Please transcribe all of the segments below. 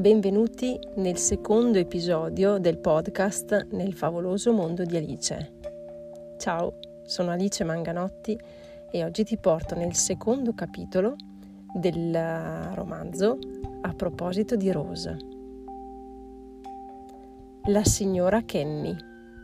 Benvenuti nel secondo episodio del podcast Nel favoloso mondo di Alice. Ciao, sono Alice Manganotti e oggi ti porto nel secondo capitolo del romanzo A proposito di Rose. La signora Kenny.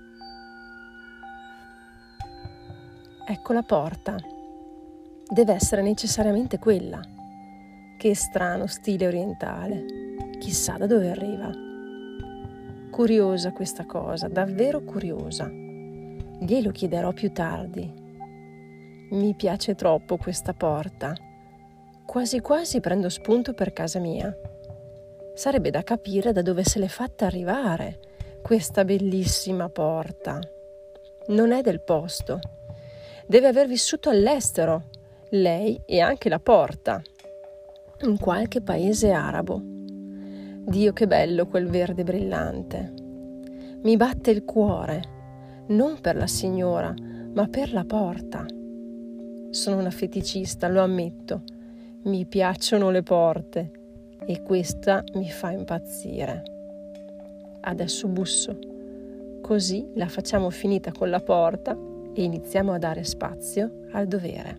Ecco la porta. Deve essere necessariamente quella. Che strano stile orientale. Chissà da dove arriva. Curiosa questa cosa, davvero curiosa. Glielo chiederò più tardi. Mi piace troppo questa porta. Quasi quasi prendo spunto per casa mia. Sarebbe da capire da dove se l'è fatta arrivare questa bellissima porta. Non è del posto. Deve aver vissuto all'estero, lei e anche la porta, in qualche paese arabo. Dio, che bello quel verde brillante. Mi batte il cuore, non per la signora, ma per la porta. Sono una feticista, lo ammetto. Mi piacciono le porte e questa mi fa impazzire. Adesso busso, così la facciamo finita con la porta e iniziamo a dare spazio al dovere.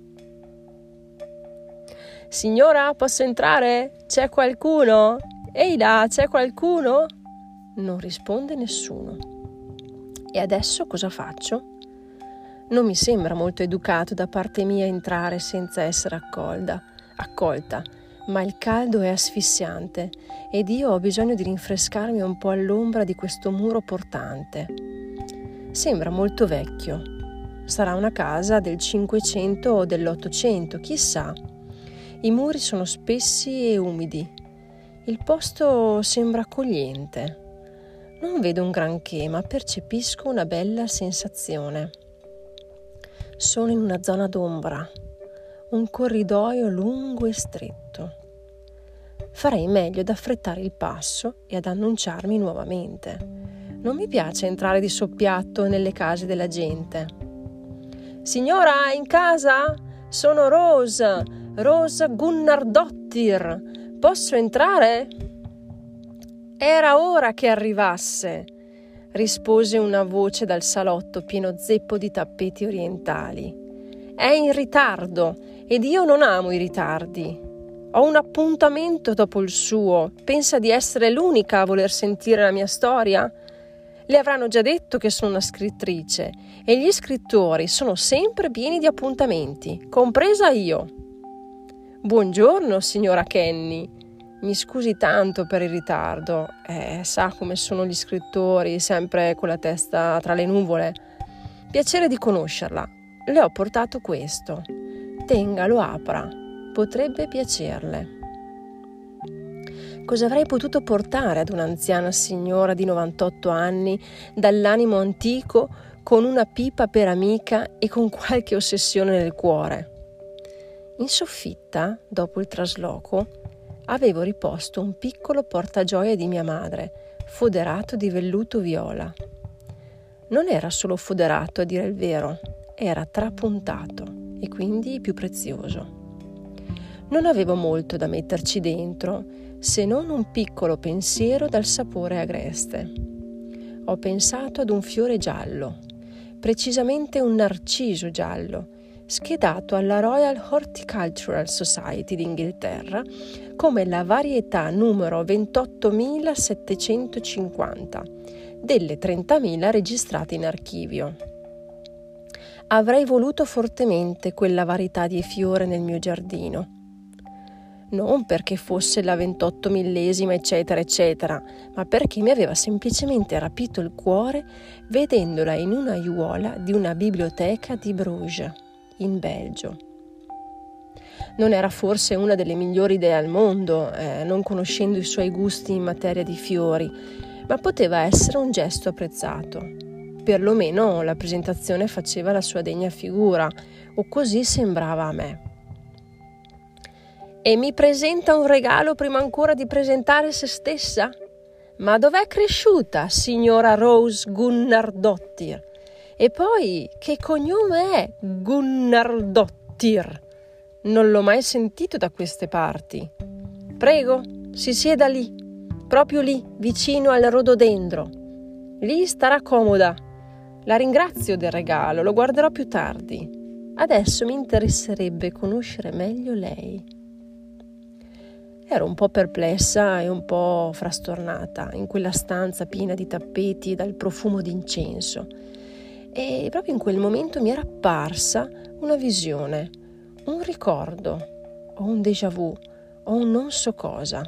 Signora, posso entrare? C'è qualcuno? Ehi là, c'è qualcuno? Non risponde nessuno. E adesso cosa faccio? Non mi sembra molto educato da parte mia entrare senza essere accolta, ma il caldo è asfissiante ed io ho bisogno di rinfrescarmi un po' all'ombra di questo muro portante. Sembra molto vecchio. Sarà una casa del 500 o dell'800, chissà. I muri sono spessi e umidi. Il posto sembra accogliente. Non vedo un granché, ma percepisco una bella sensazione. Sono in una zona d'ombra, un corridoio lungo e stretto. Farei meglio ad affrettare il passo e ad annunciarmi nuovamente. Non mi piace entrare di soppiatto nelle case della gente. Signora, è in casa? Sono Rose Gunnardottir. Posso entrare? Era ora che arrivasse, rispose una voce dal salotto pieno zeppo di tappeti orientali. È in ritardo ed io non amo i ritardi. Ho un appuntamento dopo il suo. Pensa di essere l'unica a voler sentire la mia storia? Le avranno già detto che sono una scrittrice e gli scrittori sono sempre pieni di appuntamenti, compresa io. Buongiorno, signora Kenny. Mi scusi tanto per il ritardo. Sa come sono gli scrittori, sempre con la testa tra le nuvole. Piacere di conoscerla. Le ho portato questo. Tenga, lo apra. Potrebbe piacerle. Cosa avrei potuto portare ad un'anziana signora di 98 anni, dall'animo antico, con una pipa per amica e con qualche ossessione nel cuore? In soffitta, dopo il trasloco, avevo riposto un piccolo portagioia di mia madre, foderato di velluto viola. Non era solo foderato, a dire il vero, era trapuntato e quindi più prezioso. Non avevo molto da metterci dentro, se non un piccolo pensiero dal sapore agreste. Ho pensato ad un fiore giallo, precisamente un narciso giallo, schedato alla Royal Horticultural Society d'Inghilterra come la varietà numero 28.750 delle 30.000 registrate in archivio. Avrei voluto fortemente quella varietà di fiore nel mio giardino. Non perché fosse la 28.000esima eccetera eccetera, ma perché mi aveva semplicemente rapito il cuore vedendola in una aiuola di una biblioteca di Bruges, in Belgio. Non era forse una delle migliori idee al mondo, non conoscendo i suoi gusti in materia di fiori, ma poteva essere un gesto apprezzato. Perlomeno la presentazione faceva la sua degna figura, o così sembrava a me. E mi presenta un regalo prima ancora di presentare se stessa? Ma dov'è cresciuta, signora Rose Gunnardottir? E poi, che cognome è Gunnardottir? Non l'ho mai sentito da queste parti. Prego, si sieda lì. proprio lì, vicino al rododendro. Lì starà comoda. La ringrazio del regalo, lo guarderò più tardi. Adesso mi interesserebbe conoscere meglio lei. Ero un po' perplessa e un po' frastornata in quella stanza piena di tappeti e dal profumo d'incenso. E proprio in quel momento mi era apparsa una visione, un ricordo, o un déjà vu, o un non so cosa.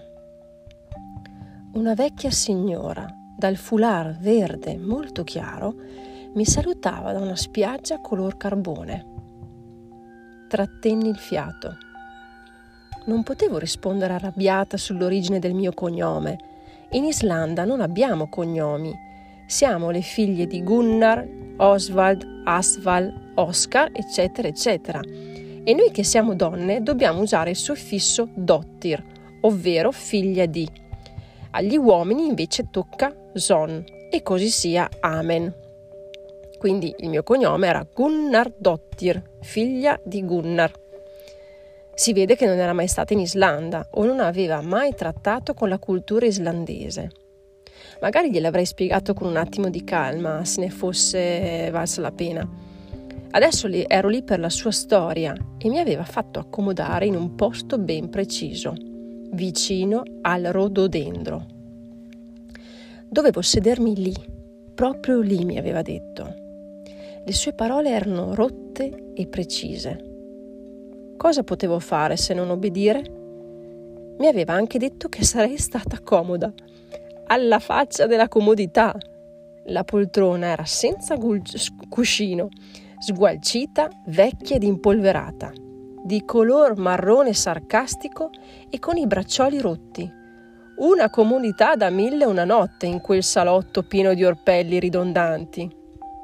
Una vecchia signora, dal foulard verde molto chiaro, mi salutava da una spiaggia color carbone. Trattenni il fiato. Non potevo rispondere arrabbiata sull'origine del mio cognome. In Islanda non abbiamo cognomi. Siamo le figlie di Gunnar, Oswald, Asval, Oscar, eccetera, eccetera. E noi che siamo donne dobbiamo usare il suffisso dottir, ovvero figlia di. Agli uomini invece tocca son, e così sia amen. Quindi il mio cognome era Gunnardottir, figlia di Gunnar. Si vede che non era mai stata in Islanda o non aveva mai trattato con la cultura islandese. Magari gliel'avrei spiegato con un attimo di calma, se ne fosse valsa la pena. Adesso ero lì per la sua storia e mi aveva fatto accomodare in un posto ben preciso, vicino al rododendro. Dovevo sedermi lì, proprio lì, mi aveva detto. Le sue parole erano rotte e precise. Cosa potevo fare se non obbedire? Mi aveva anche detto che sarei stata comoda. Alla faccia della comodità! La poltrona era senza cuscino, sgualcita, vecchia ed impolverata, di color marrone sarcastico e con i braccioli rotti. Una comodità da 1001 notte in quel salotto pieno di orpelli ridondanti.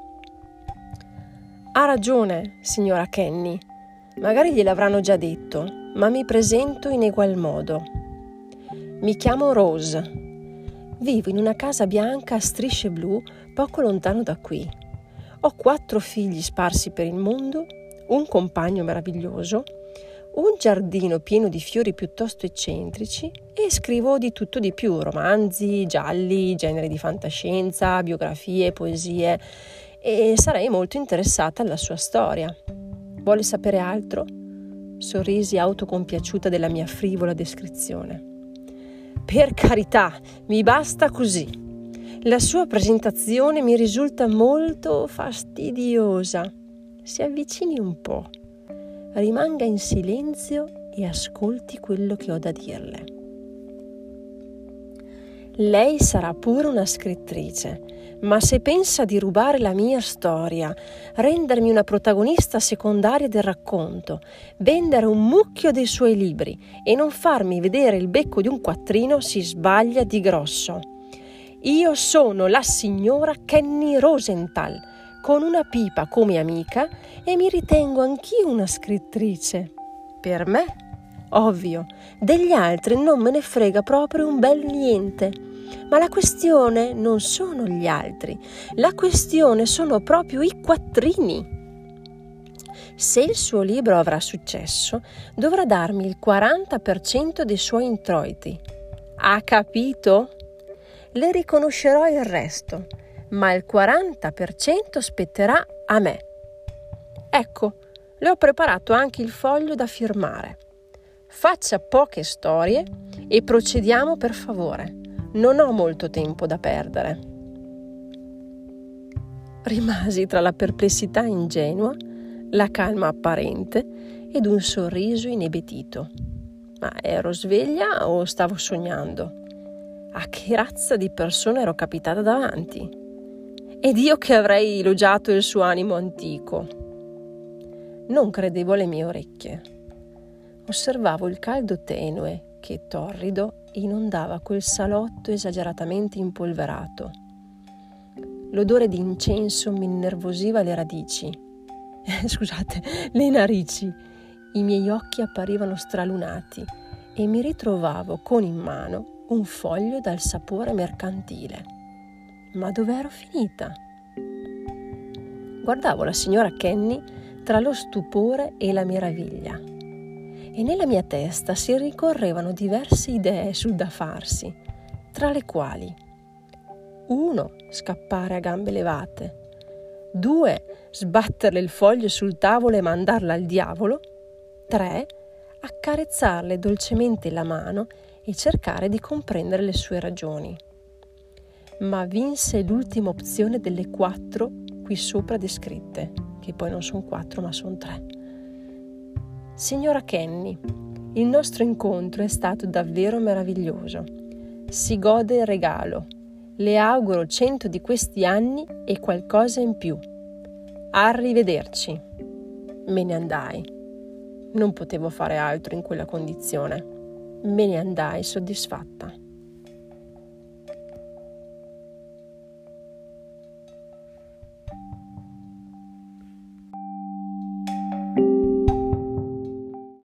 Ha ragione, signora Kenny. Magari gliel'avranno già detto, ma mi presento in egual modo. Mi chiamo Rose. Vivo in una casa bianca a strisce blu poco lontano da qui. Ho 4 figli sparsi per il mondo, un compagno meraviglioso, un giardino pieno di fiori piuttosto eccentrici e scrivo di tutto di più, romanzi, gialli, generi di fantascienza, biografie, poesie e sarei molto interessata alla sua storia. Vuole sapere altro? Sorrisi autocompiaciuta della mia frivola descrizione. Per carità, mi basta così. La sua presentazione mi risulta molto fastidiosa. Si avvicini un po', rimanga in silenzio e ascolti quello che ho da dirle. Lei sarà pure una scrittrice, ma se pensa di rubare la mia storia, rendermi una protagonista secondaria del racconto, vendere un mucchio dei suoi libri e non farmi vedere il becco di un quattrino, si sbaglia di grosso. Io sono la signora Kenny Rosenthal, con una pipa come amica e mi ritengo anch'io una scrittrice. Per me, ovvio, degli altri non me ne frega proprio un bel niente. Ma la questione non sono gli altri, la questione sono proprio i quattrini. Se il suo libro avrà successo, dovrà darmi il 40% dei suoi introiti. Ha capito? Le riconoscerò il resto, ma il 40% spetterà a me. Ecco, le ho preparato anche il foglio da firmare. Faccia poche storie e procediamo per favore. Non ho molto tempo da perdere. Rimasi tra la perplessità ingenua, la calma apparente ed un sorriso inebetito. Ma ero sveglia o stavo sognando? A che razza di persona ero capitata davanti? Ed io che avrei elogiato il suo animo antico. Non credevo alle mie orecchie. Osservavo il caldo tenue che, torrido, inondava quel salotto esageratamente impolverato. L'odore di incenso mi innervosiva le radici. Le narici. I miei occhi apparivano stralunati e mi ritrovavo con in mano un foglio dal sapore mercantile. Ma dov'ero finita? Guardavo la signora Kenny tra lo stupore e la meraviglia. E nella mia testa si ricorrevano diverse idee sul da farsi, tra le quali 1. Scappare a gambe levate, 2. Sbatterle il foglio sul tavolo e mandarla al diavolo, 3. Accarezzarle dolcemente la mano e cercare di comprendere le sue ragioni. Ma vinse l'ultima opzione delle 4 qui sopra descritte, che poi non sono 4 ma sono 3. Signora Kenny, il nostro incontro è stato davvero meraviglioso. Si gode il regalo. Le auguro 100 di questi anni e qualcosa in più. Arrivederci. Me ne andai. Non potevo fare altro in quella condizione. Me ne andai soddisfatta.